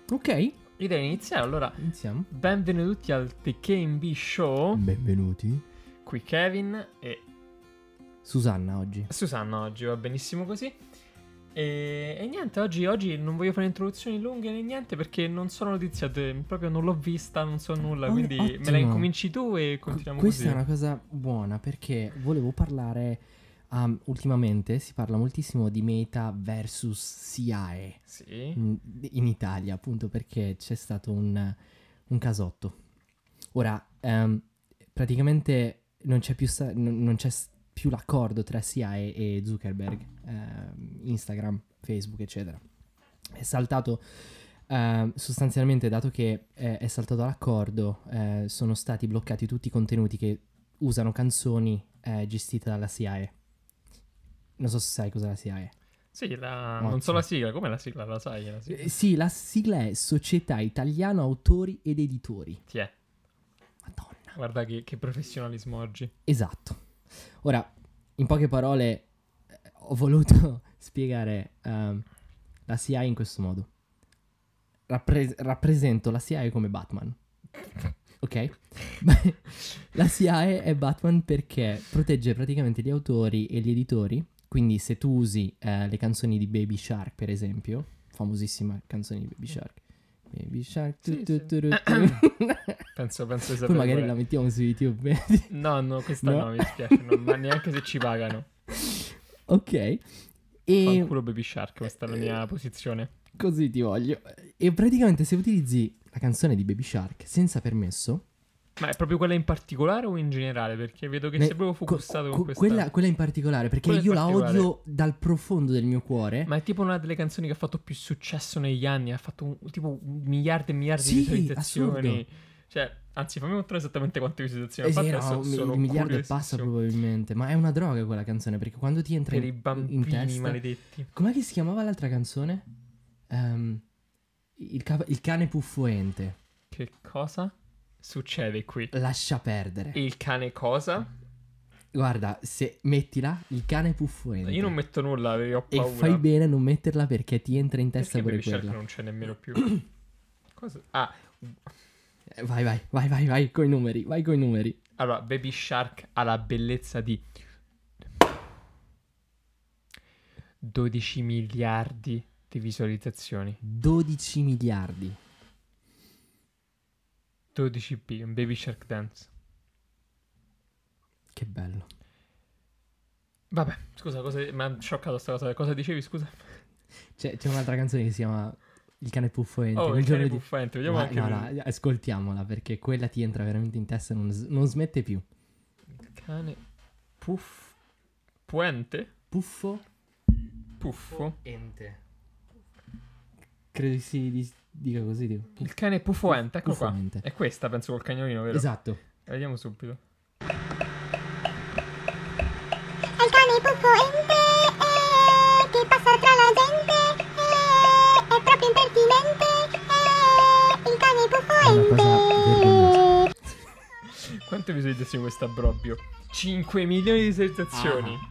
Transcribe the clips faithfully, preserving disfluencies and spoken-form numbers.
Ok, Direi iniziare, allora. iniziamo. Benvenuti al The K and B Show. Benvenuti. Qui Kevin e Susanna oggi. Susanna oggi, va benissimo così. E, e niente, oggi, oggi non voglio fare introduzioni lunghe né niente perché non sono notiziate, proprio non l'ho vista, non so nulla, Oh, quindi ottimo. me la incominci tu e continuiamo Questa così. è una cosa buona perché volevo parlare. Um, ultimamente si parla moltissimo di Meta versus C I A Sì. in, in Italia, appunto perché c'è stato un, un casotto. Ora, um, praticamente non c'è più, sta- non, non c'è s- più l'accordo tra C I A e Zuckerberg, ehm, Instagram, Facebook, eccetera. È saltato, ehm, sostanzialmente, dato che eh, è saltato l'accordo, eh, sono stati bloccati tutti i contenuti che usano canzoni eh, gestite dalla C I A. Non so se sai cos'è la C I A. Sì, la... Ottimo. non so la sigla, com'è la sigla? La sai la sigla? Eh, sì, la sigla è Società Italiana Autori ed Editori. Ti è. Madonna. Guarda che, che professionalismo oggi. Esatto. Ora, in poche parole, eh, ho voluto spiegare ehm, la C I A in questo modo. Rappre- rappresento la C I A come Batman. Ok? La C I A è Batman perché protegge praticamente gli autori e gli editori. Quindi se tu usi eh, le canzoni di Baby Shark, per esempio, famosissima canzone di Baby Shark. Baby Shark. tu, Sì, tu, sì. tu, tu, tu. Penso, penso di Poi sapere magari qual è. la mettiamo su YouTube. No, no, questa No? no, mi dispiace, no, ma neanche se ci pagano. Ok. E Fanculo Baby Shark, questa è la mia posizione. così ti voglio. E praticamente se utilizzi la canzone di Baby Shark senza permesso, Ma è proprio quella in particolare o in generale? Perché vedo che ne- sei proprio co- focussato co- con questa. quella, quella in particolare, perché Quella in io la particolare. odio dal profondo del mio cuore. Ma è tipo una delle canzoni che ha fatto più successo negli anni. Ha fatto un- tipo un miliardi e miliardi Sì, di visualizzazioni. assurdo. Cioè, anzi, fammi mostrare esattamente quante visualizzazioni Eh ha sì, fatto. no, Adesso mi- sono il miliardo e passa curiosissimo. probabilmente. Ma è una droga quella canzone, perché quando ti entra Per in, i bambini in testa. maledetti. Com'è che si chiamava l'altra canzone? Ehm, il, ca- il cane puffoente. Che cosa succede qui? Lascia perdere. Il cane cosa? Guarda, se mettila, il cane puffoente. Io non metto nulla, perché ho E paura. fai bene a non metterla perché ti entra in testa Perché pure Baby Shark quella. non c'è nemmeno più? Cosa? Ah, Eh, Vai, vai, vai, vai, vai, coi numeri, vai coi numeri. allora, Baby Shark ha la bellezza di dodici miliardi di visualizzazioni. dodici miliardi. dodici billion, Baby Shark Dance. Che bello. Vabbè, scusa, cosa... mi ha scioccato sta cosa. Cosa dicevi, scusa? C'è, c'è un'altra canzone che si chiama Il cane puffoente. Oh, Quel il giorno cane di- puffente, vediamo Ma- anche... no, no, ascoltiamola perché quella ti entra veramente in testa e non, s- non smette più. Il cane puff... Puente? Puffo? Puffo? Ente. Credo si di- dica così, tipo. Il cane puffoente, ecco qua. Puffoente. È questa, penso, col cagnolino, vero? Esatto. Vediamo subito. Il cane puffoente eh, che passa tra la gente eh, è proprio impertinente eh, il cane È una cosa puffoente. vergognosa. Quante visualizzazioni questo abbrobio? cinque milioni di visualizzazioni. Ah.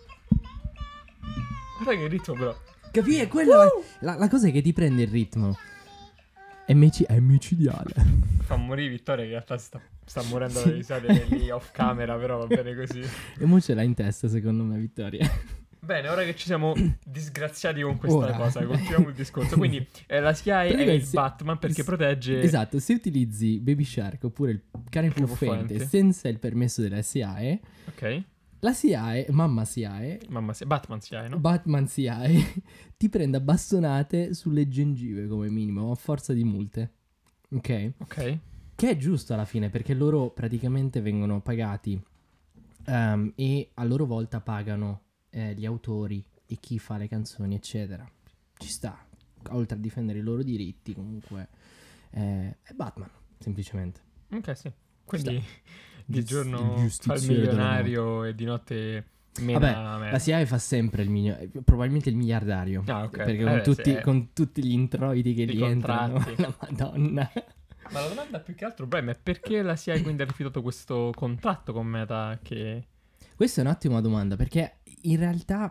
Guarda che ritmo, però. Capì? È quella. La, la cosa è che ti prende il ritmo. È, mici- è micidiale. Fa morire Vittoria, che in realtà sta, sta morendo Sì. dalle risate lì off camera, però va bene così. E mo ce l'ha in testa, secondo me, Vittoria. Bene, ora che ci siamo disgraziati con questa Ora. cosa, continuiamo il discorso. Quindi eh, la C I A è Praticamente il se- Batman perché s- protegge... Esatto, se utilizzi Baby Shark oppure il cane cane puffente puffente. senza il permesso della C I A, Ok, la C I A, mamma C I A, mamma, sì, Batman C I A, no? Batman C I A, ti prende a bastonate sulle gengive come minimo, a forza di multe. Ok? Ok, Che è giusto alla fine, perché loro praticamente vengono pagati ehm, e a loro volta pagano eh, gli autori e chi fa le canzoni, eccetera. Ci sta. Oltre a difendere i loro diritti, comunque eh, è Batman, semplicemente. ok, sì. Quindi di Giust- giorno il fa il giustiziere della milionario e di notte mena Vabbè, merda. la C I A fa sempre il milio- probabilmente il miliardario. Ah, ok. Perché Eh, con, beh, tutti, sì, eh. con tutti gli introiti che I gli entrano, contratti. la madonna. Ma la domanda più che altro, Brian, è perché la C I A quindi ha rifiutato questo contratto con Meta che... Questa è un'ottima domanda perché in realtà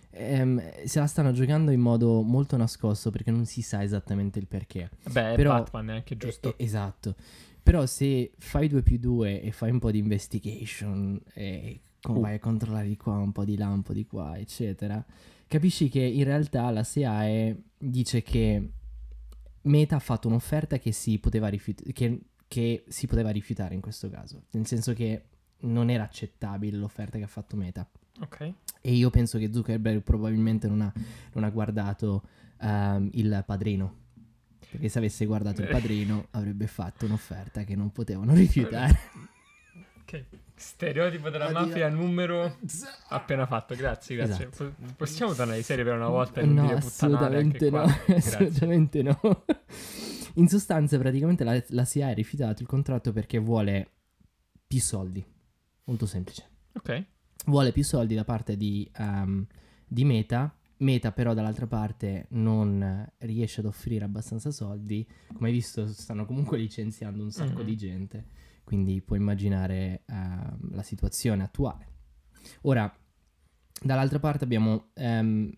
ehm, se la stanno giocando in modo molto nascosto perché non si sa esattamente il perché. Beh, è Però- Batman, è anche giusto. Eh, eh, esatto. Però se fai due più due e fai un po' di investigation e con- Uh. vai a controllare di qua, un po' di là, un po' di qua, eccetera, capisci che in realtà la S I A E dice che Meta ha fatto un'offerta che si poteva rifiut- che, che si poteva rifiutare in questo caso, nel senso che non era accettabile l'offerta che ha fatto Meta. Ok. E io penso che Zuckerberg probabilmente non ha, non ha guardato ehm, il padrino. Perché se avesse guardato il padrino avrebbe fatto un'offerta che non potevano rifiutare. Ok. Stereotipo della Oddio. mafia numero appena fatto. Grazie, grazie. Esatto. Po- Possiamo tornare ai serie per una volta e non No, dire puttanate anche assolutamente qua? no. Grazie. Assolutamente no. In sostanza, praticamente la, la S I A ha rifiutato il contratto perché vuole più soldi. Molto semplice. Ok. Vuole più soldi da parte di, ehm, di Meta. Meta però dall'altra parte non riesce ad offrire abbastanza soldi. Come hai visto stanno comunque licenziando un sacco Mhm. di gente, quindi puoi immaginare ehm, la situazione attuale. Ora, dall'altra parte abbiamo ehm,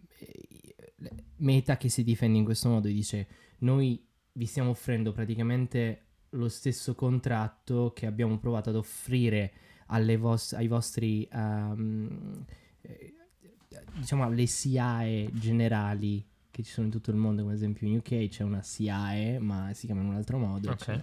Meta che si difende in questo modo e dice: noi vi stiamo offrendo praticamente lo stesso contratto che abbiamo provato ad offrire alle vos- ai vostri ehm, eh, diciamo alle S I A E generali che ci sono in tutto il mondo, come ad esempio in U K c'è una S I A E ma si chiama in un altro modo, Ok. eccetera.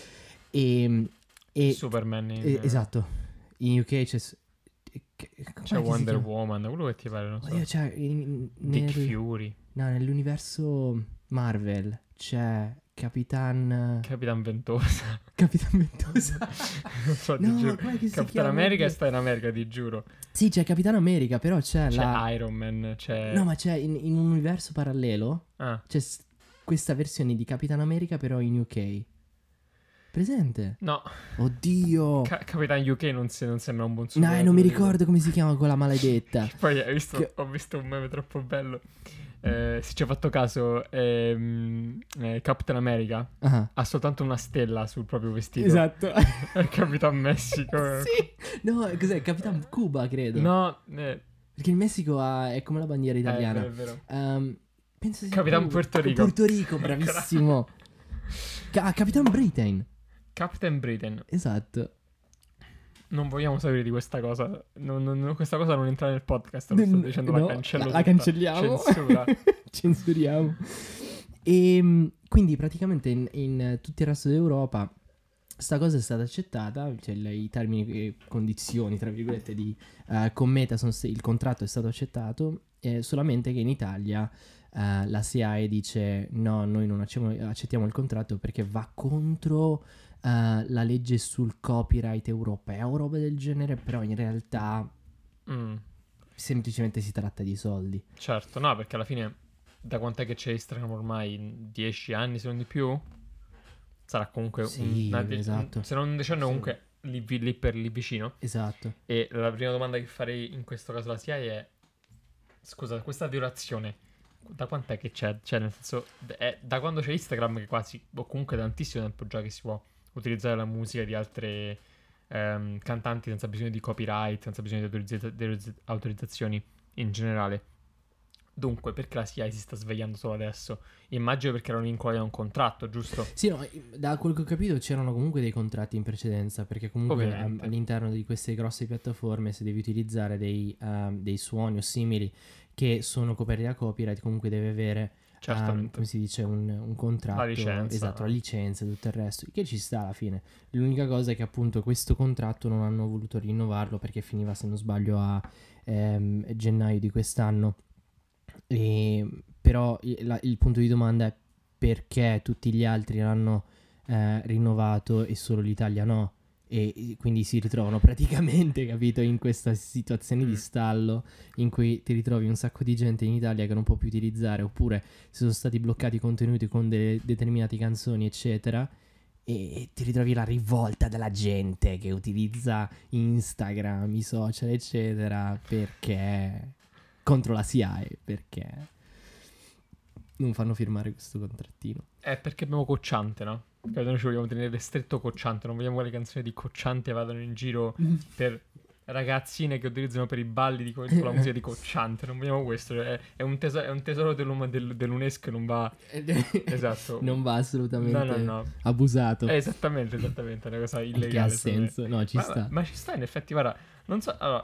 e, e Superman in, eh, esatto, in U K c'è s- che- com'è C'è che si Wonder chiama? Woman, quello che ti pare, non so. Oddio, c'è in- Dick nel- Fury, no, nell'universo Marvel c'è Capitan Capitan Ventosa. Capitan Ventosa. Non so, ti No, giuro. com'è che si Capitan chiama? America Oddio. sta in America, ti giuro. Sì, c'è Capitan America, però c'è, C'è la Iron Man, c'è... no, ma c'è in, in un universo parallelo Ah, c'è s- questa versione di Capitan America però in U K. Presente? no. Oddio. Ca- Capitan U K non, si- non sembra un buon No, supereroe. non mi ricordo come si chiama quella maledetta. Poi hai visto, Che- ho visto un meme troppo bello. Eh, se ci hai fatto caso, ehm, eh, Captain America Ah, ha soltanto una stella sul proprio vestito. esatto. È Capitan Messico. Sì. No, cos'è? Capitan Cuba, credo. No, eh, Perché il Messico ha- è come la bandiera eh, è italiana. vero, è vero. Ehm, penso sia Capitan Cuba. Puerto Rico. Puerto Rico, bravissimo. Ca- ah, Capitan Britain. Captain Britain. Esatto. Non vogliamo sapere di questa cosa. Non- non- non- questa cosa non entra nel podcast. Lo sto N- dicendo, no, la cancello. la, la tutta. cancelliamo. Censura. Censuriamo. E quindi praticamente in, in tutto il resto d'Europa sta cosa è stata accettata, cioè le- i termini e condizioni, tra virgolette, di eh, con Meta sono st- il contratto è stato accettato, eh, solamente che in Italia eh, la S I A E dice no, noi non accettiamo, accettiamo il contratto perché va contro eh, la legge sul copyright europeo, roba del genere, però in realtà Mm, semplicemente si tratta di soldi. certo, no, perché alla fine, da quant'è che c'è Instagram ormai? Dieci anni, se non di più? Sarà comunque Sì, una de- esatto. se non un decennio, Sì. comunque lì, vi- lì per lì vicino. Esatto. E la prima domanda che farei in questo caso alla S I A E è: scusa, questa violazione da quant'è che c'è? Cioè, nel senso, è da quando c'è Instagram, che quasi, o comunque da tantissimo tempo già che si può utilizzare la musica di altre ehm, cantanti senza bisogno di copyright, senza bisogno di, autorizza- di autorizza- autorizzazioni in generale. Dunque, perché la S I A E si sta svegliando solo adesso? Immagino perché erano incollati a un contratto, giusto? Sì, no, da quel che ho capito c'erano comunque dei contratti in precedenza, perché comunque Ovviamente. am- all'interno di queste grosse piattaforme, se devi utilizzare dei, ehm, dei suoni o simili che sono coperti da copyright, comunque devi avere, ehm, Certamente. come si dice, un, un contratto. La licenza. Esatto, la licenza e tutto il resto, che ci sta alla fine. L'unica cosa è che appunto questo contratto non hanno voluto rinnovarlo perché finiva, se non sbaglio, a ehm, gennaio di quest'anno. E, però il, la- il punto di domanda è perché tutti gli altri l'hanno eh, rinnovato e solo l'Italia no, e e quindi si ritrovano praticamente, capito, in questa situazione di Mm. stallo in cui ti ritrovi un sacco di gente in Italia che non può più utilizzare, oppure si sono stati bloccati i contenuti con delle determinate canzoni eccetera, e ti ritrovi la rivolta della gente che utilizza Instagram, i social eccetera, perché contro la S I A E, perché non fanno firmare questo contrattino. È perché abbiamo Cocciante, no? Perché noi ci vogliamo tenere stretto Cocciante, non vogliamo che le canzoni di Cocciante vadano in giro per ragazzine che utilizzano per i balli di, co- con la musica di Cocciante. Non vogliamo questo. Cioè, è, è un tesoro, è un tesoro dell'um- del- dell'UNESCO e non va... Esatto. Non va assolutamente No, no, no. abusato. Eh, esattamente, esattamente. È una cosa Il illegale. che ha secondo me. senso. No, ci ma, sta. ma ci sta in effetti, guarda, non so, allora,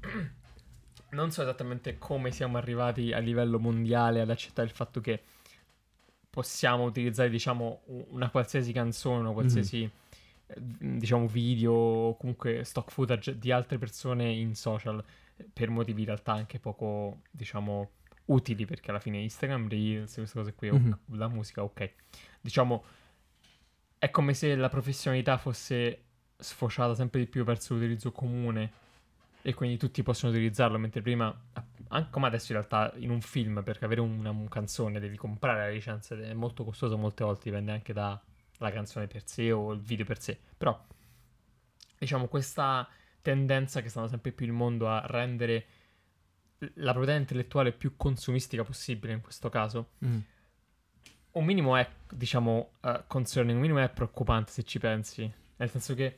non so esattamente come siamo arrivati a livello mondiale ad accettare il fatto che possiamo utilizzare, diciamo, u- una qualsiasi canzone, una qualsiasi, eh, diciamo, video o comunque stock footage di altre persone in social, eh, per motivi in realtà anche poco, diciamo, utili, perché alla fine Instagram, Reels, queste cose qui, o- Mhm. la musica, ok. Diciamo, è come se la professionalità fosse sfociata sempre di più verso l'utilizzo comune e quindi tutti possono utilizzarlo, mentre prima, anche come adesso in realtà in un film, perché avere una, una canzone devi comprare la licenza ed è molto costoso, molte volte dipende anche dalla canzone per sé o il video per sé, però diciamo questa tendenza che sta andando sempre più il mondo a rendere la proprietà intellettuale più consumistica possibile in questo caso, Mm. un minimo è, diciamo, uh, concerning, un minimo è preoccupante se ci pensi. Nel senso che,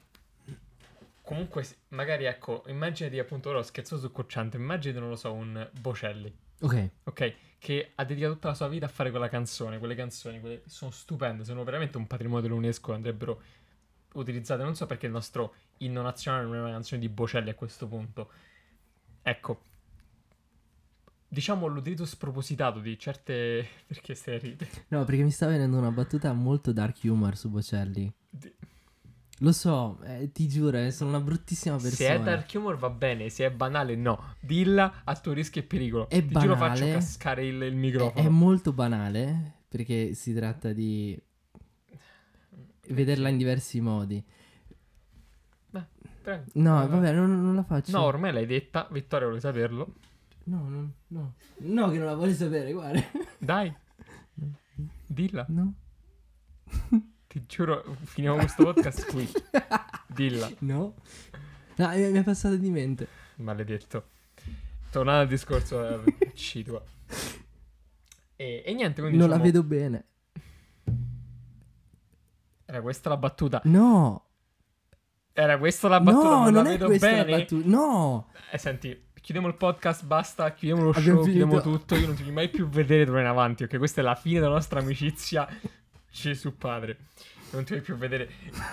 comunque, magari, ecco, immaginati appunto, ora ho scherzato su Cocciante, immaginati, non lo so, un Bocelli, Ok. ok? Che ha dedicato tutta la sua vita a fare quella canzone, quelle canzoni, quelle sono stupende, sono veramente un patrimonio dell'UNESCO, andrebbero utilizzate, non so perché il nostro inno nazionale non è una canzone di Bocelli a questo punto. Ecco. Diciamo l'utilizzo spropositato di certe... Perché stai a ridere? No, perché mi sta venendo una battuta molto dark humor su Bocelli. Di- Lo so, eh, ti giuro, eh, sono una bruttissima persona. Se è dark humor va bene, se è banale no. Dilla a tuo rischio e pericolo. È Ti giuro banale. faccio cascare il, il È, microfono. è molto banale, perché si tratta di vederla in diversi modi. Beh, prego. No, Eh, vabbè, non, non la faccio. No, ormai l'hai detta. Vittoria, vuole saperlo? No, no, no. No, che non la vuoi sapere, guarda. Dai. Dilla. No. Ti giuro, finiamo questo podcast qui. Dilla. No. No, mi, mi è passato di mente. Maledetto. Tornando al discorso, eh, citua. E, e niente, quindi Non la diciamo, vedo bene. era questa la battuta. No. Era questa la battuta, No, non, non la è vedo questa bene. la battuta. No. Eh, senti, chiudiamo il podcast, basta, chiudiamo lo Abbiamo show, chiudiamo finito. tutto. Io non ti voglio mai più vedere d'ora in avanti, ok? Questa è la fine della nostra amicizia. Gesù padre. Non ti voglio più vedere.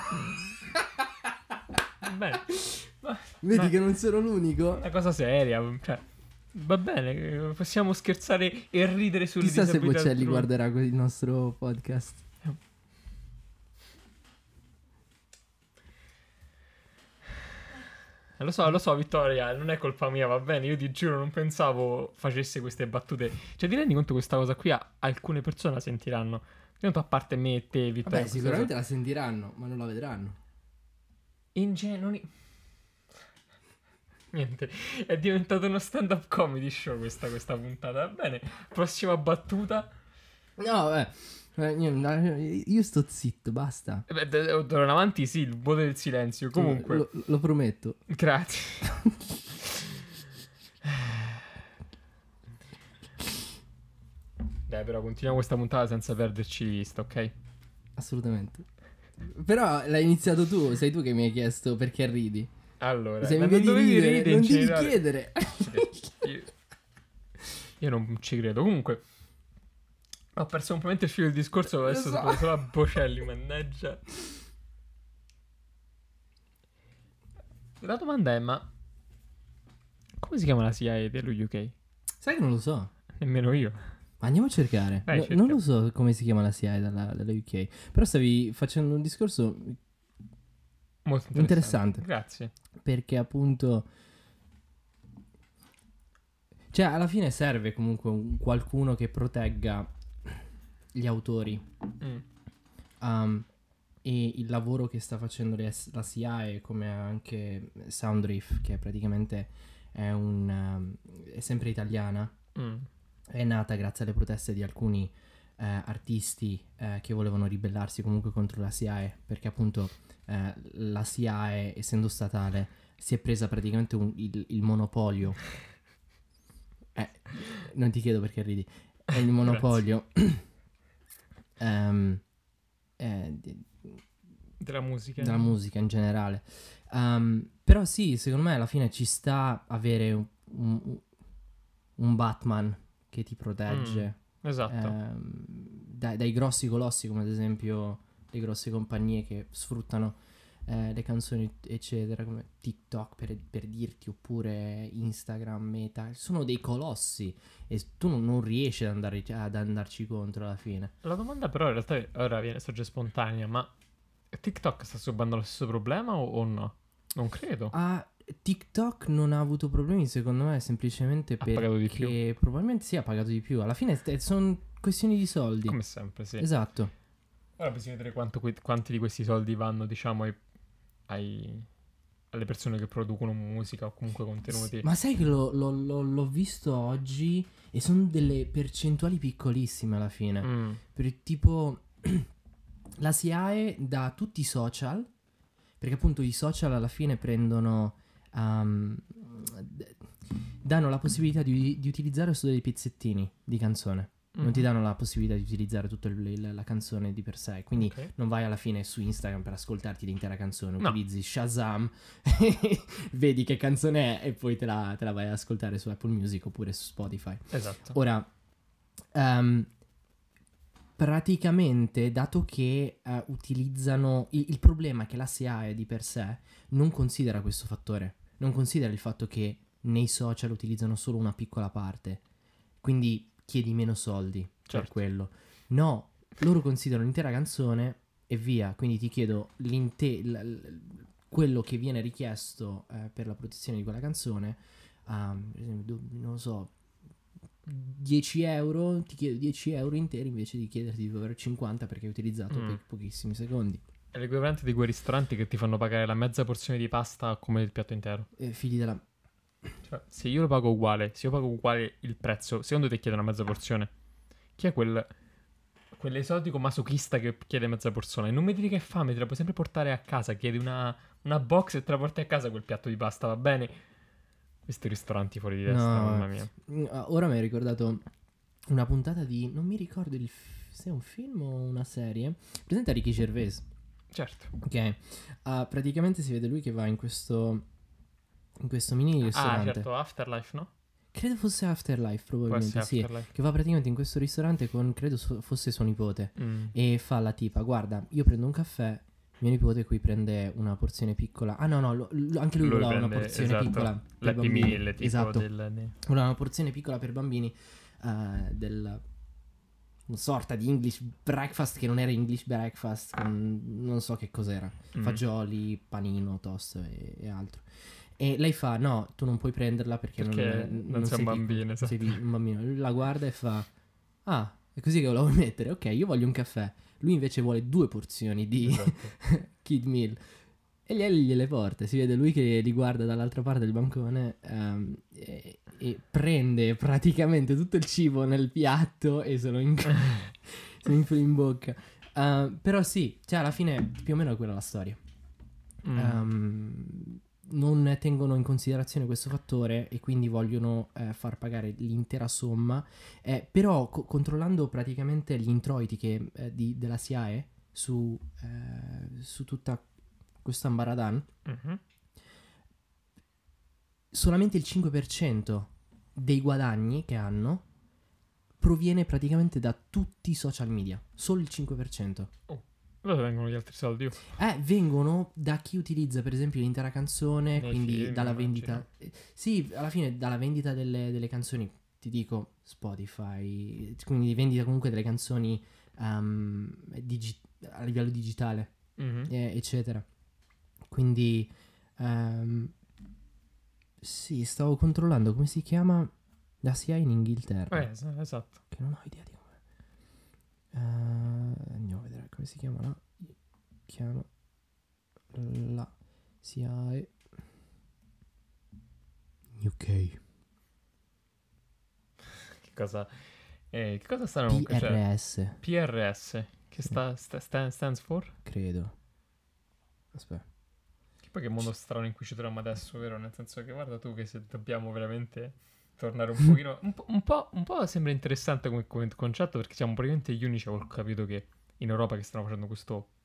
Bene. Ma- Vedi ma- che non sono l'unico? Una cosa seria, cioè... Va bene, eh, possiamo scherzare e ridere sulle Chissà se disabilità Bocelli altrui. guarderà il nostro podcast. Eh, Lo so, lo so, Vittoria, non è colpa mia, va bene. Io ti giuro, non pensavo facesse queste battute. Cioè, ti rendi conto che questa cosa qui a- alcune persone la sentiranno? Tanto a parte me e te, Vittoria. Vabbè, questa sicuramente la sentiranno, ma non la vedranno. cosa- In genere... Niente, è diventato uno stand-up comedy show questa, questa puntata. Va bene, prossima battuta. No, vabbè. Eh, io- Io sto zitto, basta. Eh beh, d- d'ora in avanti sì, il voto del silenzio. Comunque, Lo, lo prometto. grazie. Dai, però continuiamo questa puntata senza perderci di vista, ok? Assolutamente. Però l'hai iniziato tu, sei tu che mi hai chiesto perché ridi. Allora, Se ma mi non vedi dovevi ridere, ridere non in devi generale. chiedere. Io, io non ci credo. Comunque, ho perso completamente il filo del discorso. Adesso Lo so. sono solo a Bocelli, mannaggia. La domanda è: ma come si chiama la C I A dello U K? Sai che non lo so. Nemmeno io. Ma andiamo a cercare. Vai, No- cerca. non lo so come si chiama la C I A dalla, dalla U K. Però stavi facendo un discorso Molto interessante. Interessante. Grazie. perché appunto... Cioè, alla fine serve comunque un- qualcuno che protegga gli autori. Mm. Um, e il lavoro che sta facendo le- la C I A, come anche Soundreef, che praticamente è un um, è sempre italiana, Mm. è nata grazie alle proteste di alcuni eh, artisti eh, che volevano ribellarsi comunque contro la C I A, perché appunto eh, la C I A, essendo statale, si è presa praticamente un- il, il monopolio. Eh, non ti chiedo perché ridi. È il monopolio ehm, eh, di, Della musica. della musica in generale. Um, però sì, secondo me alla fine ci sta avere un, un- un Batman che ti protegge Esatto. ehm, dai, dai grossi colossi, come ad esempio le grosse compagnie che sfruttano eh, le canzoni eccetera, come TikTok per, per dirti, oppure Instagram, Meta. Sono dei colossi e tu non, non riesci ad, andare, ad andarci contro alla fine. La domanda però in realtà ora viene sorge spontanea, ma TikTok sta subendo lo stesso problema o, o no? Non credo. Ah, TikTok non ha avuto problemi, secondo me, semplicemente Ha pagato di perché probabilmente sì, ha pagato di più. Alla fine st- sono questioni di soldi. Come sempre, sì. Esatto. Ora bisogna vedere quanto que- quanti di questi soldi vanno, diciamo, ai, ai- alle persone che producono musica o comunque contenuti. Ma sai che l'ho, l'ho- l'ho- l'ho visto oggi e sono delle percentuali piccolissime alla fine. Mm. Per il tipo la S I A E da tutti i social, perché appunto i social alla fine prendono um, d- danno la possibilità di, di utilizzare solo dei pezzettini di canzone. Non ti Mhm. danno la possibilità di utilizzare tutta la canzone di per sé. Quindi Ok. non vai alla fine su Instagram per ascoltarti l'intera canzone. No. Utilizzi Shazam, vedi che canzone è e poi te la, te la vai ad ascoltare su Apple Music oppure su Spotify. Esatto. Ora, ehm, praticamente, dato che eh, utilizzano... Il, il problema è che la S I A E di per sé non considera questo fattore. Non considera il fatto che nei social utilizzano solo una piccola parte. Quindi chiedi meno soldi per Certo. quello. No, loro considerano l'intera canzone e via. Quindi ti chiedo l'inte- l- l- quello che viene richiesto eh, per la protezione di quella canzone. Um, per esempio, do- non lo so, dieci euro, ti chiedo dieci euro interi invece di chiederti di avere cinquanta perché hai utilizzato Mm. per pochissimi secondi. È l'equivalente di quei ristoranti che ti fanno pagare la mezza porzione di pasta come il piatto intero. Eh, figli della... Cioè, se io lo pago uguale, se io pago uguale il prezzo, secondo te chiedo una mezza porzione? Chi è quel quell'esotico masochista che chiede mezza porzione? E non mi dire che fame, te la puoi sempre portare a casa, chiedi una, una box e te la porti a casa quel piatto di pasta, va bene? Questi ristoranti fuori di testa, No. mamma mia. Mm, ah, Ora mi hai ricordato una puntata di... Non mi ricordo il f- se è un film o una serie. Presente Ricky Gervais? Certo. Ok. Ah, praticamente si vede lui che va in questo... In questo mini Ah, ristorante. certo, Afterlife, no? Credo fosse Afterlife, Può probabilmente, essere sì. Afterlife. Che va praticamente in questo ristorante con... Credo so- fosse suo nipote. Mm. E fa la tipa, guarda, io prendo un caffè, mio nipote qui prende una porzione piccola. Ah no, no, lo- lo- anche lui, voleva una prende, porzione esatto, piccola per l'Happy bambini. Meal, tipo Esatto, del... de- voleva una porzione piccola per bambini eh, del... una sorta di English breakfast che non era English breakfast, con non so che cos'era. Mm. Fagioli, panino, toast e, e altro. E lei fa, no, tu non puoi prenderla perché, Perché non, non sei un piccolo, bambino, non esatto. sei pi- un bambino. Lui la guarda e fa, ah, è così che lo vuoi mettere? Ok, io voglio un caffè. Lui invece vuole due porzioni di Esatto. Kid Meal. E lei gliele porta. Si vede lui che li guarda dall'altra parte del bancone ehm, e, e prende praticamente tutto il cibo nel piatto e se lo, in- se lo infila in bocca. Uh, però sì, cioè alla fine più o meno è quella la storia. Mm. Um, non tengono in considerazione questo fattore e quindi vogliono eh, far pagare l'intera somma, eh, però co- controllando praticamente gli introiti che, eh, di- della S I A E su, eh, su tutta questo ambaradan, Mhm. solamente il cinque per cento dei guadagni che hanno proviene praticamente da tutti i social media, solo il cinque per cento. Dove vengono gli altri soldi? Io- Eh, vengono da chi utilizza per esempio l'intera canzone, Nei quindi film, dalla immagino. vendita... eh, Sì, alla fine dalla vendita delle, delle canzoni, ti dico Spotify, quindi vendita comunque delle canzoni ehm, digi- a livello digitale, Mhm. eh, eccetera. Quindi... ehm, sì, stavo controllando come si chiama la S I A in Inghilterra, Eh, es- esatto. che non ho idea di come... Eh, andiamo a vedere come si chiama la... Chiama la S I A E U K. Che cosa... Eh, che cosa stanno comunque? Cioè, P R S, P R S. Che sta, sta- sta- stands for? credo. Aspetta. Che poi che mondo strano in cui ci troviamo adesso, vero? Nel senso che guarda tu che se dobbiamo veramente tornare un pochino... Un po', un po', un po' sembra interessante come, come concetto perché siamo praticamente gli unici, ho capito, che in Europa che stanno facendo questo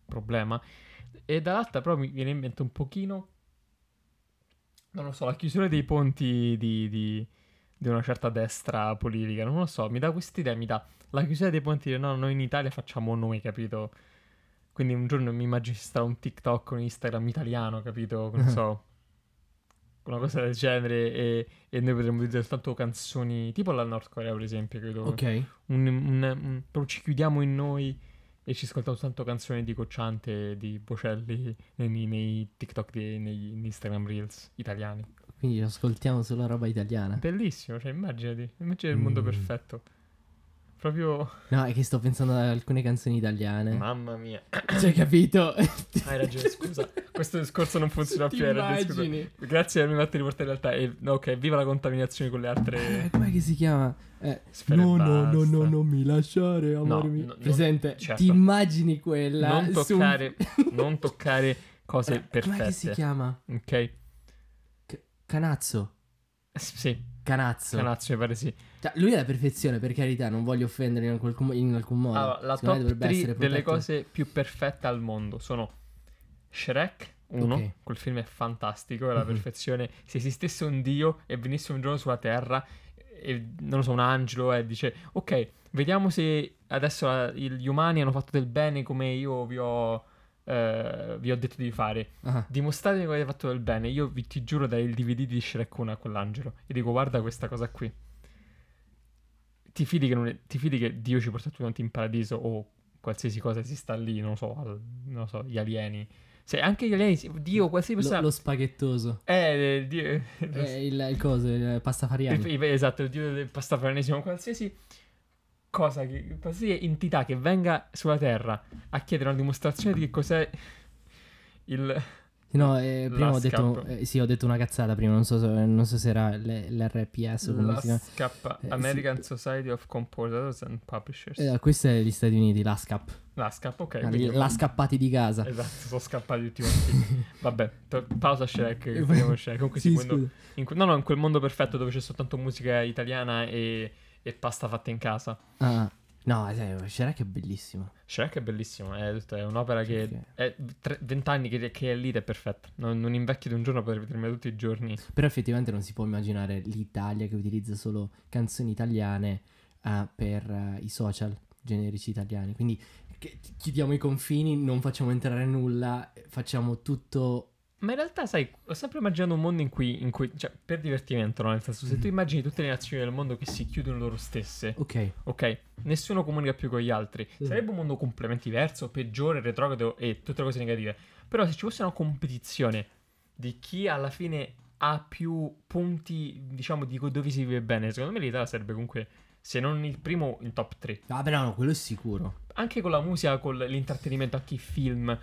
problema. E dall'altra però mi viene in mente un pochino, non lo so, la chiusura dei ponti di, di, di una certa destra politica, non lo so, mi dà quest'idea, mi dà la chiusura dei ponti di no, noi in Italia facciamo noi, capito? Quindi un giorno mi immagino ci sarà un TikTok, un Instagram italiano, capito? Non so, una cosa del genere e, e noi potremmo dire soltanto canzoni, tipo la Nord Corea per esempio, credo. Ok. Un, un, un, proprio ci chiudiamo in noi e ci ascoltiamo soltanto canzoni di Cocciante, di Bocelli nei, nei TikTok, di, negli Instagram Reels italiani. Quindi ascoltiamo solo roba italiana. Bellissimo, cioè immaginati, immagina il mondo Mm. perfetto. Proprio, No, è che sto pensando ad alcune canzoni italiane. mamma mia. Cioè, capito? Hai ragione, scusa, questo discorso non funziona Ti più. hai ragione, scusa. immagini? Grazie per avermi fatto riportare in realtà. E, no, ok, viva la contaminazione con le Eh, altre com'è che si chiama? Eh, sfere. no, e no, no, basta. no, non mi lasciare, amore No, mio. no, non- Presente? certo. Ti immagini quella? Non su un- toccare, non toccare cose Eh, Com'è che si perfette. chiama? Ok? C- Canazzo. Eh, Sì, Canazzo. Canazzo mi pare sì. Cioè, lui è la perfezione, per carità, non voglio offendere in, qualcun- in alcun modo. Allora, la Secondo me top dovrebbe essere tre delle protetto. cose più perfette al mondo sono Shrek uno, Ok. quel film è fantastico, è la Mhm. perfezione. Se esistesse un dio e venisse un giorno sulla terra e non lo so, un angelo e dice ok, vediamo se adesso la- il- gli umani hanno fatto del bene come io vi ho, eh, vi ho detto di fare. Ah, Dimostrate che avete fatto del bene. Io vi ti giuro dai il D V D di Shrek uno a quell'angelo e dico guarda questa cosa qui. Ti fidi che, non è- ti fidi che Dio ci porta tutti quanti in paradiso o qualsiasi cosa esista lì, non lo so, al- non lo so, gli alieni. Se anche gli alieni, sì, Dio, qualsiasi lo, persona... lo spaghettoso. Eh, eh, Dio... Eh, il, il coso, il pastafariano. il- il- esatto, il Dio del pastafarianesimo, qualsiasi cosa, che, qualsiasi entità che venga sulla Terra a chiedere una dimostrazione di che cos'è il... No, eh, prima ho detto, l'ASCAP. eh, sì, ho detto una cazzata prima, non so se, non so se era l- l'R P S o come si chiama. L'ASCAP, Eh, American Society of Composers and Publishers. Eh, questo è gli Stati Uniti, l'ASCAP. L'ASCAP, ok. Ah, quindi- la scappati di casa. Esatto, sono scappati tutti quanti. Vabbè, to- pausa Shrek, che parliamo Shrek. Comunque sì, Sì, quando- scusa. in que- no, no, in quel mondo perfetto dove c'è soltanto musica italiana e, e pasta fatta in casa. Ah, no, sai, Shrek è bellissimo. Shrek è bellissimo, è, è un'opera che Ok. è tre- vent'anni che, che è lì ed è perfetta. Non, non invecchia di un giorno per vedermi tutti i giorni. Però effettivamente non si può immaginare l'Italia che utilizza solo canzoni italiane eh, per eh, i social generici italiani. Quindi che- chiudiamo i confini, non facciamo entrare nulla, facciamo tutto... Ma in realtà, sai, ho sempre immaginato un mondo in cui, in cui cioè, per divertimento, no? Nel senso, se tu immagini tutte le nazioni del mondo che si chiudono loro stesse, Ok. ok? Nessuno comunica più con gli altri. Sì. Sarebbe un mondo completamente diverso, peggiore, retrogrado e tutte le cose negative. Però se ci fosse una competizione di chi alla fine ha più punti, diciamo, di dove si vive bene, secondo me l'Italia sarebbe comunque, se non il primo, in top tre. Ah, beh, no, no, quello è sicuro. Anche con la musica, con l'intrattenimento, anche i film.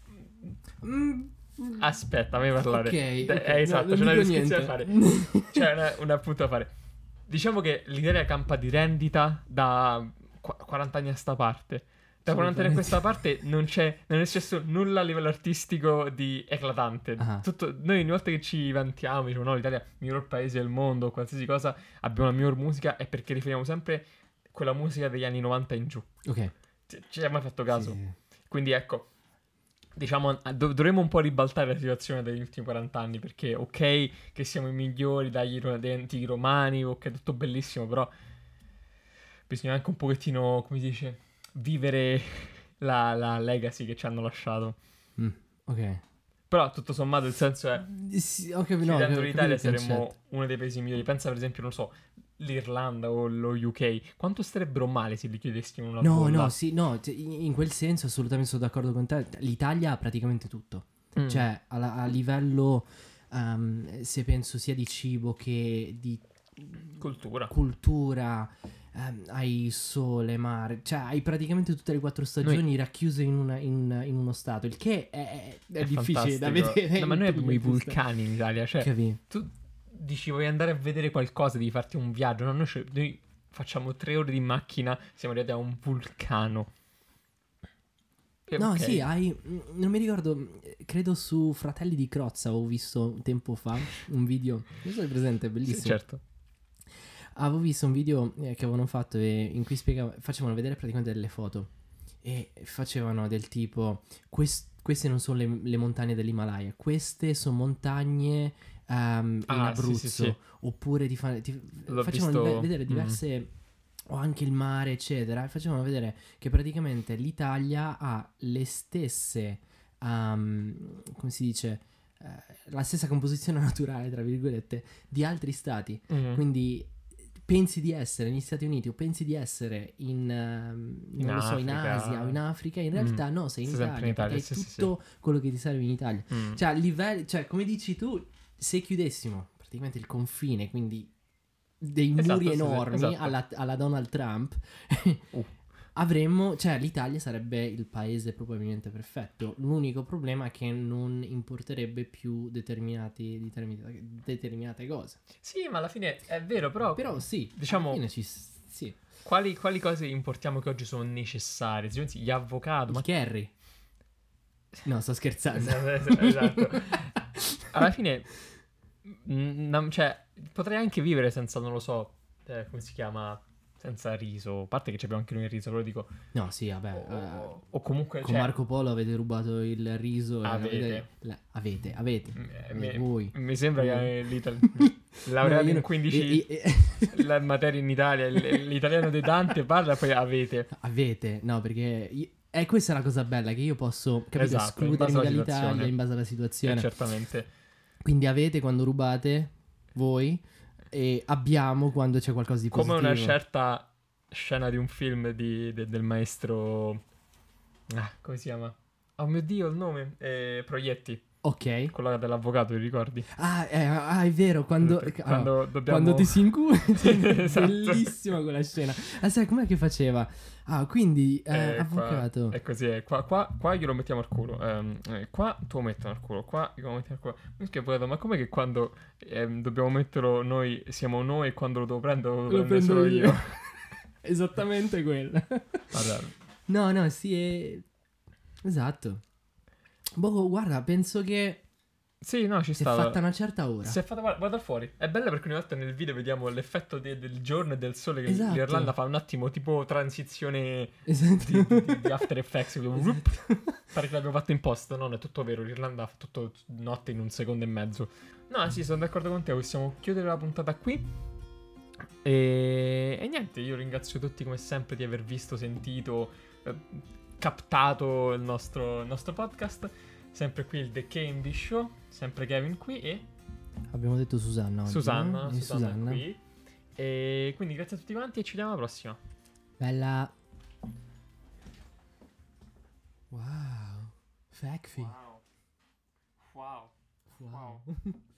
Mm, Aspetta, fammi parlare. ok, Eh, ok, esatto, no, c'è non una dico descrizione da niente. fare. C'è una, un appunto da fare. Diciamo che l'Italia campa di rendita da qu- quaranta anni a sta parte. Da quaranta anni a questa parte non c'è, non è successo nulla a livello artistico di eclatante. Ah. Tutto, noi ogni volta che ci vantiamo, diciamo no, l'Italia è il miglior paese del mondo, qualsiasi cosa, abbiamo la miglior musica, è perché riferiamo sempre quella musica degli anni novanta in giù. Ok. Ci ci hai mai fatto caso? Sì. Quindi ecco, diciamo, dov- dovremmo un po' ribaltare la situazione degli ultimi quaranta anni, perché ok che siamo i migliori dagli, ro- dagli antichi romani, ok, tutto bellissimo, però bisogna anche un pochettino, come si dice, vivere la, la legacy che ci hanno lasciato. Mm, ok. Però tutto sommato il senso è, Sì, ho capito, no, ho chiudendo capito l'Italia il concetto. saremmo uno dei paesi migliori. Pensa per esempio, non so, l'Irlanda o lo U K, quanto starebbero male se li chiudessimo in una No, bolla? no, sì, no, cioè, in in quel senso assolutamente sono d'accordo con te. L'Italia ha praticamente tutto. Mm. Cioè, a, a livello, ehm, se penso sia di cibo che di Cultura. cultura, ehm, hai sole, mare, cioè hai praticamente tutte le quattro stagioni racchiuse in, una- in- in uno stato, il che è, è- è difficile da fantastico. vedere. No, ma noi in abbiamo i tutti questi- vulcani in Italia, cioè Capì? tu dici vuoi andare a vedere qualcosa, devi farti un viaggio, no? Noi, ce- noi facciamo tre ore di macchina, siamo arrivati a un vulcano. E No, ok. sì, hai. mm, Non mi ricordo. eh, Credo su Fratelli di Crozza ho visto tempo fa un video. Non so se è presente, è Sì, bellissimo. certo. Avevo visto un video eh, che avevano fatto e in cui spiegavano, facevano vedere praticamente delle foto. e facevano del tipo, "Quest- queste non sono le, le montagne dell'Himalaya, queste sono montagne ehm, in Ah, sì, Abruzzo, sì, sì. oppure ti, fa- ti L'ho facevano visto- ve- vedere mm. diverse... O anche il mare, eccetera, e facevano vedere che praticamente l'Italia ha le stesse, ehm, come si dice, eh, la stessa composizione naturale, tra virgolette, di altri stati. Mhm. Quindi pensi di essere negli Stati Uniti o pensi di essere in, ehm, In non lo so, in Africa. Asia o in Africa, in Mm. realtà no, sei in Sei sempre Italia, in Italia, perché sì, è sì, sì. tutto quello che ti serve in Italia. Mm. Cioè, a livelli, cioè, come dici tu, se chiudessimo praticamente il confine, quindi dei muri Esatto, sì, sì, enormi esatto. alla, alla Donald Trump, Uh. avremmo, cioè l'Italia sarebbe il paese probabilmente perfetto. L'unico problema è che non importerebbe più determinati, determinate, determinate cose. Sì, ma alla fine è vero, però... Però sì, Diciamo- alla fine ci s- sì. Quali, quali cose importiamo che oggi sono necessarie? Se pensi, gli avvocati, ma Il curry. No, sto scherzando. Esatto. Alla fine, mm, non- cioè, potrei anche vivere senza, non lo so, eh, come si chiama, senza riso. A parte che abbiamo anche noi il riso, però dico. No, sì, vabbè. O, eh, o comunque, con cioè, Marco Polo avete rubato il riso. e Avete. avete, la- avete, avete. m- Eh, mi, voi. mi sembra Voi. che l'Italia, No, laureato io in no- quindici e- e- la materia in Italia, l- l'italiano di Dante parla, poi avete. Avete, no, perché io- e questa è la cosa bella, che io posso, capito, Esatto, in base escludermi alla dall'Italia situazione. in base alla Eh, situazione. certamente. Quindi avete quando rubate voi e abbiamo quando c'è qualcosa di Come positivo. una certa scena di un film di- de- del maestro. Ah, come si chiama? Oh mio Dio, il nome? Eh, Proietti, Ok. quello dell'avvocato, ti ricordi? Ah, eh, ah, è vero, quando, Quando allora, dobbiamo... quando ti si incula. Esatto. Bellissima quella scena. Ah, sai com'è che faceva? Ah, quindi eh, Eh, qua- avvocato. è così, è. Qua, qua, qua glielo mettiamo al culo. ehm, eh, qua tu lo metti al culo. Qua io lo metto al culo. Perché avvocato, ma com'è che quando ehm, dobbiamo metterlo noi siamo noi e quando lo devo prendere lo, Lo prendo prendo solo io. io? Esattamente quella. Vabbè. No, no, sì, è... Esatto. Boh, guarda, penso che Sì, no, ci si è sta. fatta una certa ora. Si è fatta, guarda, guarda fuori. È bella perché ogni volta nel video vediamo l'effetto de- del giorno e del sole che Esatto. l'Irlanda fa un attimo tipo transizione Esatto. di, di- di After Effects. Tipo, whoop. Esatto. Pare che l'abbiamo fatto in post. Non è tutto vero. L'Irlanda fa tutto notte in un secondo e mezzo. No, sì, sono d'accordo con te. Possiamo chiudere la puntata qui. E, e niente, io ringrazio tutti come sempre di aver visto, sentito, eh, captato il nostro, il nostro podcast. Sempre qui il The K and B Show. Sempre Kevin qui e Abbiamo detto Susanna oggi, Susanna, no? E Susanna, Susanna. qui. E quindi grazie a tutti quanti e ci vediamo alla prossima. Bella. Wow. Facfi. Wow. Wow. Wow.